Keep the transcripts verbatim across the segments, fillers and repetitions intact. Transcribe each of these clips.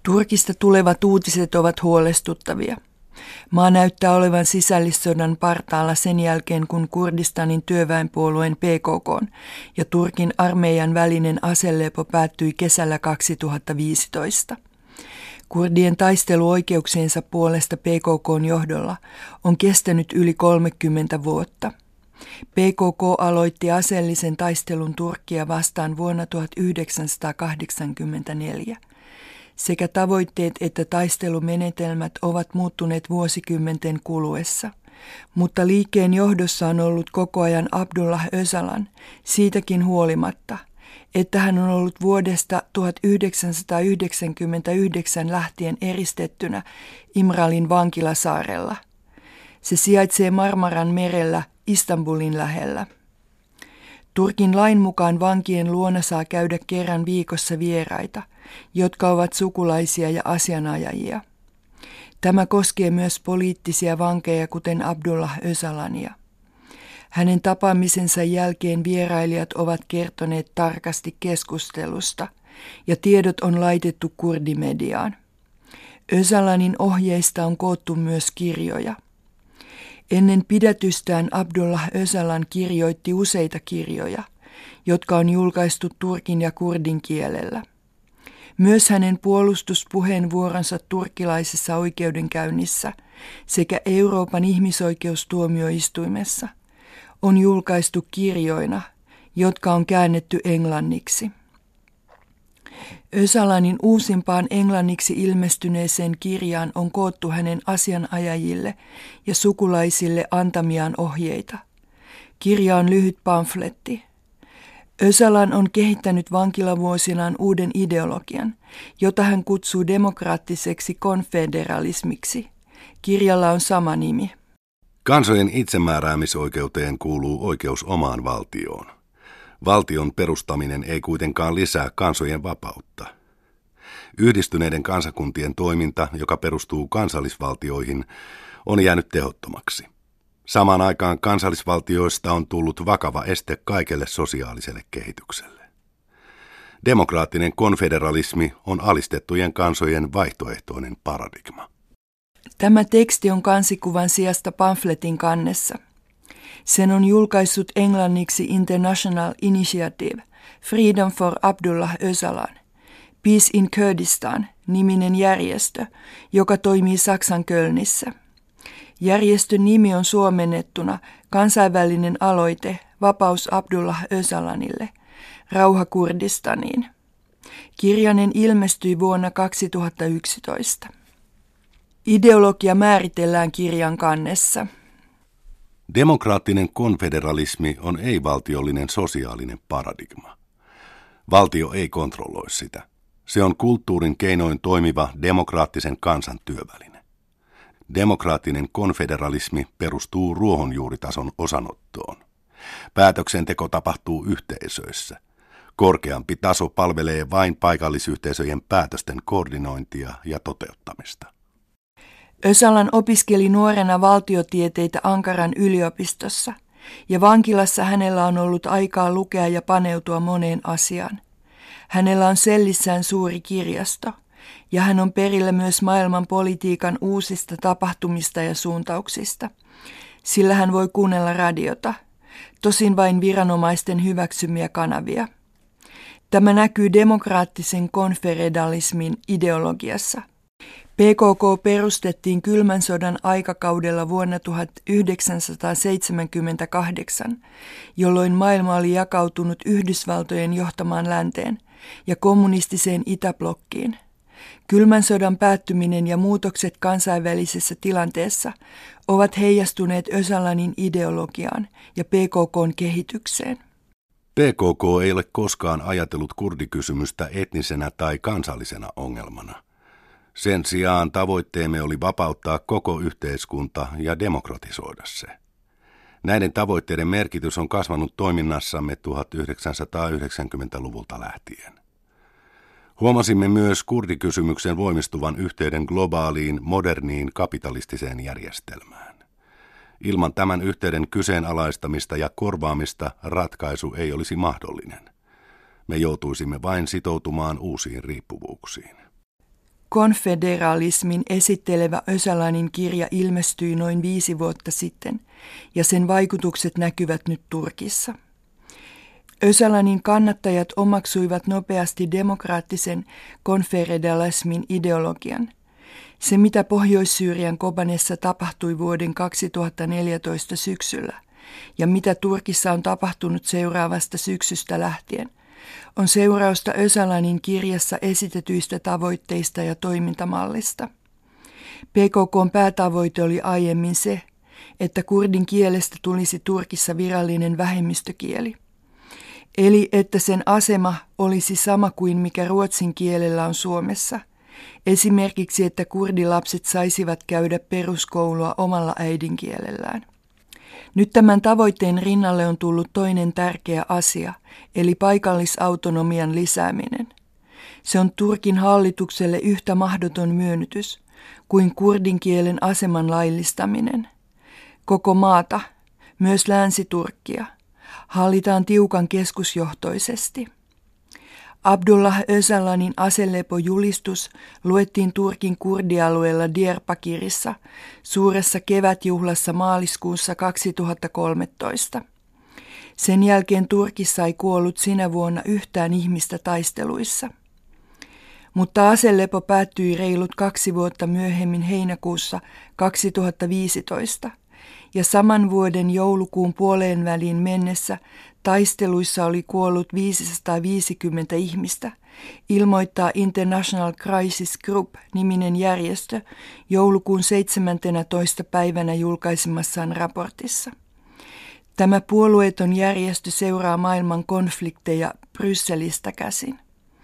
Turkista tulevat uutiset ovat huolestuttavia. Maa näyttää olevan sisällissodan partaalla sen jälkeen, kun Kurdistanin työväenpuolueen P K K:n ja Turkin armeijan välinen aselepo päättyi kesällä kaksituhattaviisitoista. Kurdien taistelu oikeuksiensa puolesta P K K:n johdolla on kestänyt yli kolmekymmentä vuotta. P K K aloitti aseellisen taistelun Turkkia vastaan vuonna tuhatyhdeksänsataakahdeksankymmentäneljä. Sekä tavoitteet että taistelumenetelmät ovat muuttuneet vuosikymmenten kuluessa, mutta liikkeen johdossa on ollut koko ajan Abdullah Öcalan, siitäkin huolimatta, että hän on ollut vuodesta tuhatyhdeksänsataayhdeksänkymmentäyhdeksän lähtien eristettynä Imralin vankilasaarella. Se sijaitsee Marmaran merellä Istanbulin lähellä. Turkin lain mukaan vankien luona saa käydä kerran viikossa vieraita, jotka ovat sukulaisia ja asianajajia. Tämä koskee myös poliittisia vankeja, kuten Abdullah Öcalania. Hänen tapaamisensa jälkeen vierailijat ovat kertoneet tarkasti keskustelusta, ja tiedot on laitettu kurdimediaan. Öcalanin ohjeista on koottu myös kirjoja. Ennen pidätystään Abdullah Öcalan kirjoitti useita kirjoja, jotka on julkaistu turkin ja kurdin kielellä. Myös hänen puolustuspuheenvuoronsa turkkilaisessa oikeudenkäynnissä sekä Euroopan ihmisoikeustuomioistuimessa on julkaistu kirjoina, jotka on käännetty englanniksi. Öcalanin uusimpaan englanniksi ilmestyneeseen kirjaan on koottu hänen asianajajille ja sukulaisille antamiaan ohjeita. Kirja on lyhyt pamfletti. Öcalan on kehittänyt vankilavuosinaan uuden ideologian, jota hän kutsuu demokraattiseksi konfederalismiksi. Kirjalla on sama nimi. Kansojen itsemääräämisoikeuteen kuuluu oikeus omaan valtioon. Valtion perustaminen ei kuitenkaan lisää kansojen vapautta. Yhdistyneiden kansakuntien toiminta, joka perustuu kansallisvaltioihin, on jäänyt tehottomaksi. Samaan aikaan kansallisvaltioista on tullut vakava este kaikelle sosiaaliselle kehitykselle. Demokraattinen konfederalismi on alistettujen kansojen vaihtoehtoinen paradigma. Tämä teksti on kansikuvan sijasta pamfletin kannessa. Sen on julkaissut englanniksi International Initiative, Freedom for Abdullah Öcalan, Peace in Kurdistan -niminen järjestö, joka toimii Saksan Kölnissä. Järjestön nimi on suomennettuna kansainvälinen aloite Vapaus Abdullah Öcalanille, Rauha Kurdistaniin. Kirjanen ilmestyi vuonna kaksituhattayksitoista. Ideologia määritellään kirjan kannessa. Demokraattinen konfederalismi on ei-valtiollinen sosiaalinen paradigma. Valtio ei kontrolloi sitä. Se on kulttuurin keinoin toimiva demokraattisen kansan työväline. Demokraattinen konfederalismi perustuu ruohonjuuritason osanottoon. Päätöksenteko tapahtuu yhteisöissä. Korkeampi taso palvelee vain paikallisyhteisöjen päätösten koordinointia ja toteuttamista. Öcalan opiskeli nuorena valtiotieteitä Ankaran yliopistossa, ja vankilassa hänellä on ollut aikaa lukea ja paneutua moneen asiaan. Hänellä on sellissään suuri kirjasto, ja hän on perillä myös maailman politiikan uusista tapahtumista ja suuntauksista, sillä hän voi kuunnella radiota, tosin vain viranomaisten hyväksymiä kanavia. Tämä näkyy demokraattisen konfederalismin ideologiassa. P K K perustettiin kylmän sodan aikakaudella vuonna tuhatyhdeksänsataaseitsemänkymmentäkahdeksan, jolloin maailma oli jakautunut Yhdysvaltojen johtamaan länteen ja kommunistiseen itäblokkiin. Kylmän sodan päättyminen ja muutokset kansainvälisessä tilanteessa ovat heijastuneet Öcalanin ideologiaan ja P K K:n kehitykseen. P K K ei ole koskaan ajatellut kurdikysymystä etnisenä tai kansallisena ongelmana. Sen sijaan tavoitteemme oli vapauttaa koko yhteiskunta ja demokratisoida se. Näiden tavoitteiden merkitys on kasvanut toiminnassamme tuhatyhdeksänsataayhdeksänkymmentäluvulta lähtien. Huomasimme myös kurdikysymyksen voimistuvan yhteyden globaaliin, moderniin kapitalistiseen järjestelmään. Ilman tämän yhteyden kyseenalaistamista ja korvaamista ratkaisu ei olisi mahdollinen. Me joutuisimme vain sitoutumaan uusiin riippuvuuksiin. konfederalismin esittelevä Öcalanin kirja ilmestyi noin viisi vuotta sitten, ja sen vaikutukset näkyvät nyt Turkissa. Öcalanin kannattajat omaksuivat nopeasti demokraattisen konfederalismin ideologian. Se, mitä Pohjois-Syyrian Kobanessa tapahtui vuoden kaksituhattaneljätoista syksyllä, ja mitä Turkissa on tapahtunut seuraavasta syksystä lähtien, on seurausta Öcalanin kirjassa esitetyistä tavoitteista ja toimintamallista. P K K:n päätavoite oli aiemmin se, että kurdin kielestä tulisi Turkissa virallinen vähemmistökieli. Eli että sen asema olisi sama kuin mikä ruotsin kielellä on Suomessa. Esimerkiksi, että kurdilapset saisivat käydä peruskoulua omalla äidinkielellään. Nyt tämän tavoitteen rinnalle on tullut toinen tärkeä asia, eli paikallisautonomian lisääminen. Se on Turkin hallitukselle yhtä mahdoton myönnytys kuin kurdin kielen aseman laillistaminen. Koko maata, myös Länsi-Turkkia, hallitaan tiukan keskusjohtoisesti. Abdullah Öcalanin aselepojulistus luettiin Turkin kurdialueella Diyarbakirissa suuressa kevätjuhlassa maaliskuussa kaksituhattakolmetoista. Sen jälkeen Turkissa ei kuollut sinä vuonna yhtään ihmistä taisteluissa. Mutta aselepo päättyi reilut kaksi vuotta myöhemmin heinäkuussa kaksituhattaviisitoista, ja saman vuoden joulukuun puoleen väliin mennessä taisteluissa oli kuollut viisisataaviisikymmentä ihmistä, ilmoittaa International Crisis Group-niminen järjestö joulukuun seitsemäntenätoista päivänä julkaisemassaan raportissa. Tämä puolueeton järjestö seuraa maailman konflikteja Brysselistä käsin.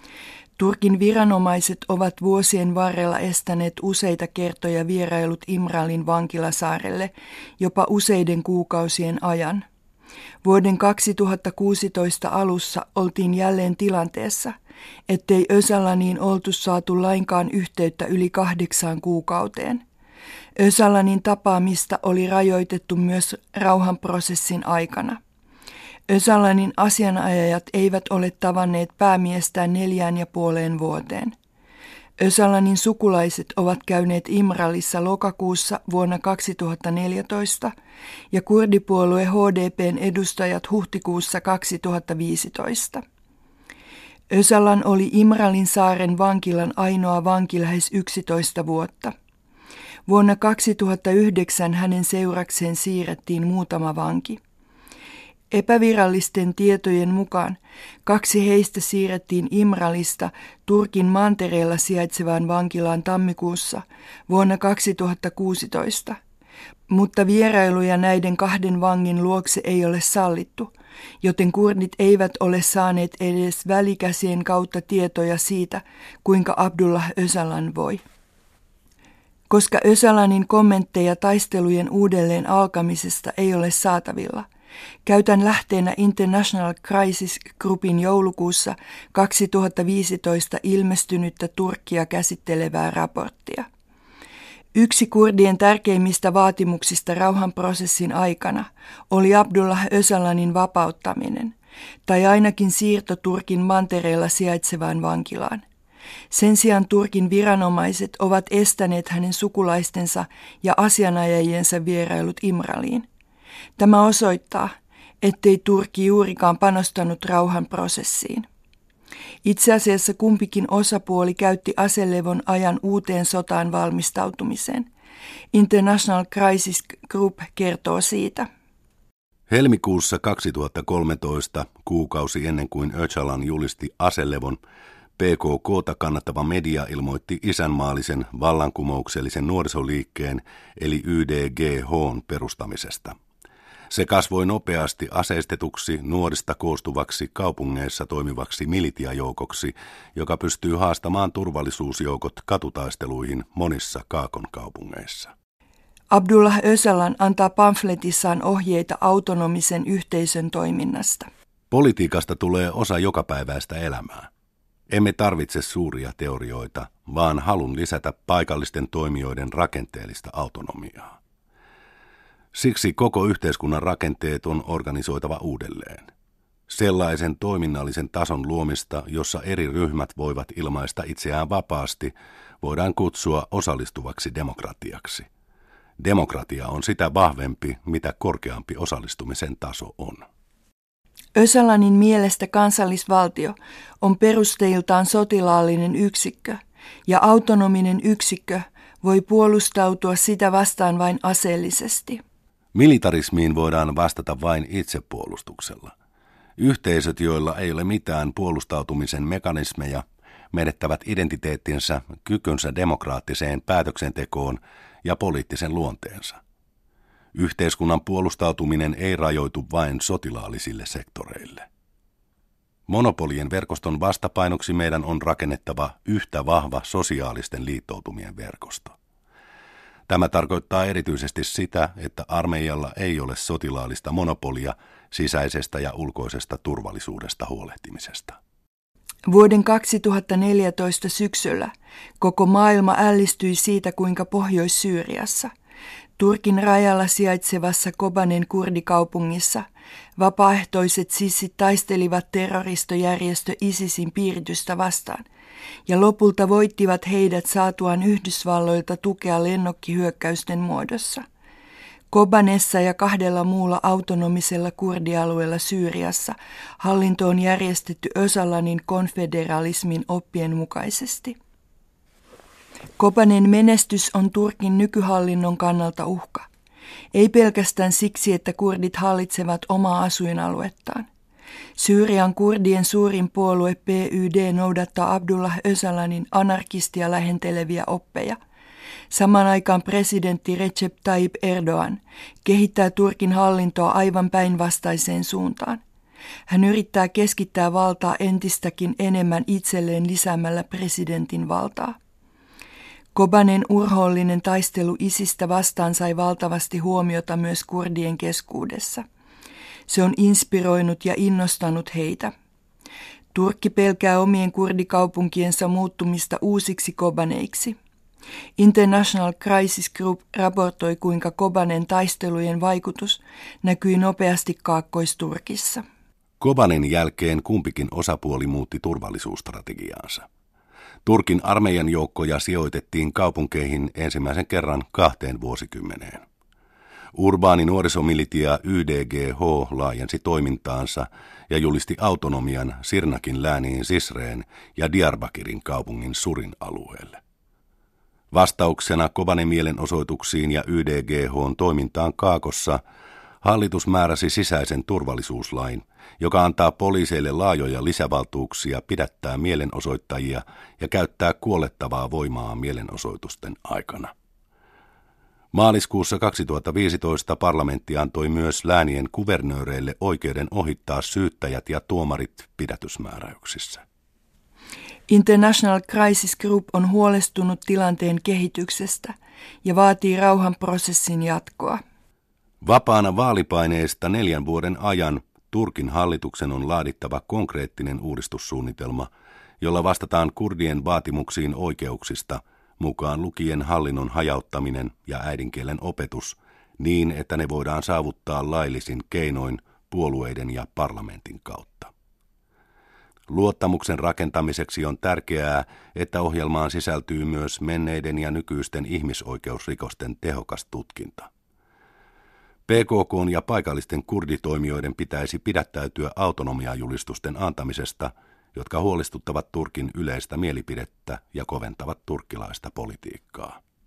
Turkin viranomaiset ovat vuosien varrella estäneet useita kertoja vierailut Imralin vankilasaarelle jopa useiden kuukausien ajan. Vuoden kaksituhattakuusitoista alussa oltiin jälleen tilanteessa, ettei Öcalaniin oltu saatu lainkaan yhteyttä yli kahdeksaan kuukauteen. Öcalanin tapaamista oli rajoitettu myös rauhanprosessin aikana. Öcalanin asianajajat eivät ole tavanneet päämiestään neljään ja puoleen vuoteen. Öcalanin sukulaiset ovat käyneet Imralissa lokakuussa vuonna kaksituhattaneljätoista ja kurdipuolue H D P:n edustajat huhtikuussa kaksituhattaviisitoista. Öcalan oli Imralin saaren vankilan ainoa vanki lähes yksitoista vuotta. Vuonna kaksituhattayhdeksän hänen seurakseen siirrettiin muutama vanki. Epävirallisten tietojen mukaan kaksi heistä siirrettiin Imralista Turkin mantereella sijaitsevaan vankilaan tammikuussa vuonna kaksituhattakuusitoista, mutta vierailuja näiden kahden vangin luokse ei ole sallittu, joten kurdit eivät ole saaneet edes välikäsien kautta tietoja siitä, kuinka Abdullah Öcalan voi. Koska Öcalanin kommentteja taistelujen uudelleen alkamisesta ei ole saatavilla, käytän lähteenä International Crisis Groupin joulukuussa kaksituhattaviisitoista ilmestynyttä Turkkia käsittelevää raporttia. Yksi kurdien tärkeimmistä vaatimuksista rauhanprosessin aikana oli Abdullah Öcalanin vapauttaminen, tai ainakin siirto Turkin mantereella sijaitsevaan vankilaan. Sen sijaan Turkin viranomaiset ovat estäneet hänen sukulaistensa ja asianajajiensa vierailut Imraliin. Tämä osoittaa, ettei Turkki juurikaan panostanut rauhanprosessiin. Itse asiassa kumpikin osapuoli käytti aselevon ajan uuteen sotaan valmistautumiseen. International Crisis Group kertoo siitä. Helmikuussa kaksituhattakolmetoista, kuukausi ennen kuin Öcalan julisti aselevon, P K K:ta kannattava media ilmoitti isänmaallisen vallankumouksellisen nuorisoliikkeen eli Y D G H:n perustamisesta. Se kasvoi nopeasti aseistetuksi nuorista koostuvaksi kaupungeissa toimivaksi militiajoukoksi, joka pystyy haastamaan turvallisuusjoukot katutaisteluihin monissa Kaakon kaupungeissa. Abdullah Öcalan antaa pamfletissaan ohjeita autonomisen yhteisön toiminnasta. Politiikasta tulee osa jokapäiväistä elämää. Emme tarvitse suuria teorioita, vaan halun lisätä paikallisten toimijoiden rakenteellista autonomiaa. Siksi koko yhteiskunnan rakenteet on organisoitava uudelleen. Sellaisen toiminnallisen tason luomista, jossa eri ryhmät voivat ilmaista itseään vapaasti, voidaan kutsua osallistuvaksi demokratiaksi. Demokratia on sitä vahvempi, mitä korkeampi osallistumisen taso on. Öcalanin mielestä kansallisvaltio on perusteiltaan sotilaallinen yksikkö, ja autonominen yksikkö voi puolustautua sitä vastaan vain aseellisesti. Militarismiin voidaan vastata vain itsepuolustuksella. Yhteisöt, joilla ei ole mitään puolustautumisen mekanismeja, menettävät identiteettinsä, kykynsä demokraattiseen päätöksentekoon ja poliittisen luonteensa. Yhteiskunnan puolustautuminen ei rajoitu vain sotilaallisille sektoreille. Monopolien verkoston vastapainoksi meidän on rakennettava yhtä vahva sosiaalisten liittoutumien verkosto. Tämä tarkoittaa erityisesti sitä, että armeijalla ei ole sotilaallista monopolia sisäisestä ja ulkoisesta turvallisuudesta huolehtimisesta. Vuoden kaksituhattaneljätoista syksyllä koko maailma ällistyi siitä, kuinka Pohjois-Syyriassa, Turkin rajalla sijaitsevassa Kobanen kurdikaupungissa, vapaaehtoiset sissit taistelivat terroristojärjestö ISISin piiritystä vastaan ja lopulta voittivat heidät saatuaan Yhdysvalloilta tukea lennokkihyökkäysten muodossa. Kobanessa ja kahdella muulla autonomisella kurdialueella Syyriassa hallinto on järjestetty Öcalanin konfederalismin oppien mukaisesti. Kobanen menestys on Turkin nykyhallinnon kannalta uhka. Ei pelkästään siksi, että kurdit hallitsevat omaa asuinaluettaan. Syyrian kurdien suurin puolue P Y D noudattaa Abdullah Öcalanin anarkistia lähenteleviä oppeja. Samaan aikaan presidentti Recep Tayyip Erdoğan kehittää Turkin hallintoa aivan päinvastaiseen suuntaan. Hän yrittää keskittää valtaa entistäkin enemmän itselleen lisäämällä presidentin valtaa. Kobanen urhoollinen taistelu ISISistä vastaan sai valtavasti huomiota myös kurdien keskuudessa. Se on inspiroinut ja innostanut heitä. Turkki pelkää omien kurdikaupunkiensa muuttumista uusiksi kobaneiksi. International Crisis Group raportoi, kuinka Kobanen taistelujen vaikutus näkyi nopeasti Kaakkois-Turkissa. Kobanen jälkeen kumpikin osapuoli muutti turvallisuusstrategiaansa. Turkin armeijan joukkoja sijoitettiin kaupunkeihin ensimmäisen kerran kahteen vuosikymmeneen. Urbaani nuorisomilitia Y D G H laajensi toimintaansa ja julisti autonomian Sirnakin lääniin Sisreen ja Diyarbakirin kaupungin Surin alueelle. Vastauksena Kobanen mielenosoituksiin ja Y D G H:n toimintaan Kaakossa hallitus määräsi sisäisen turvallisuuslain, joka antaa poliiseille laajoja lisävaltuuksia pidättää mielenosoittajia ja käyttää kuolettavaa voimaa mielenosoitusten aikana. Maaliskuussa kaksituhattaviisitoista parlamentti antoi myös läänien kuvernööreille oikeuden ohittaa syyttäjät ja tuomarit pidätysmääräyksissä. International Crisis Group on huolestunut tilanteen kehityksestä ja vaatii rauhanprosessin jatkoa. Vapaana vaalipaineesta neljän vuoden ajan Turkin hallituksen on laadittava konkreettinen uudistussuunnitelma, jolla vastataan kurdien vaatimuksiin oikeuksista, mukaan lukien hallinnon hajauttaminen ja äidinkielen opetus, niin että ne voidaan saavuttaa laillisin keinoin puolueiden ja parlamentin kautta. Luottamuksen rakentamiseksi on tärkeää, että ohjelmaan sisältyy myös menneiden ja nykyisten ihmisoikeusrikosten tehokas tutkinta. P K K:n ja paikallisten kurditoimijoiden pitäisi pidättäytyä autonomiajulistusten antamisesta, jotka huolestuttavat Turkin yleistä mielipidettä ja koventavat turkkilaista politiikkaa.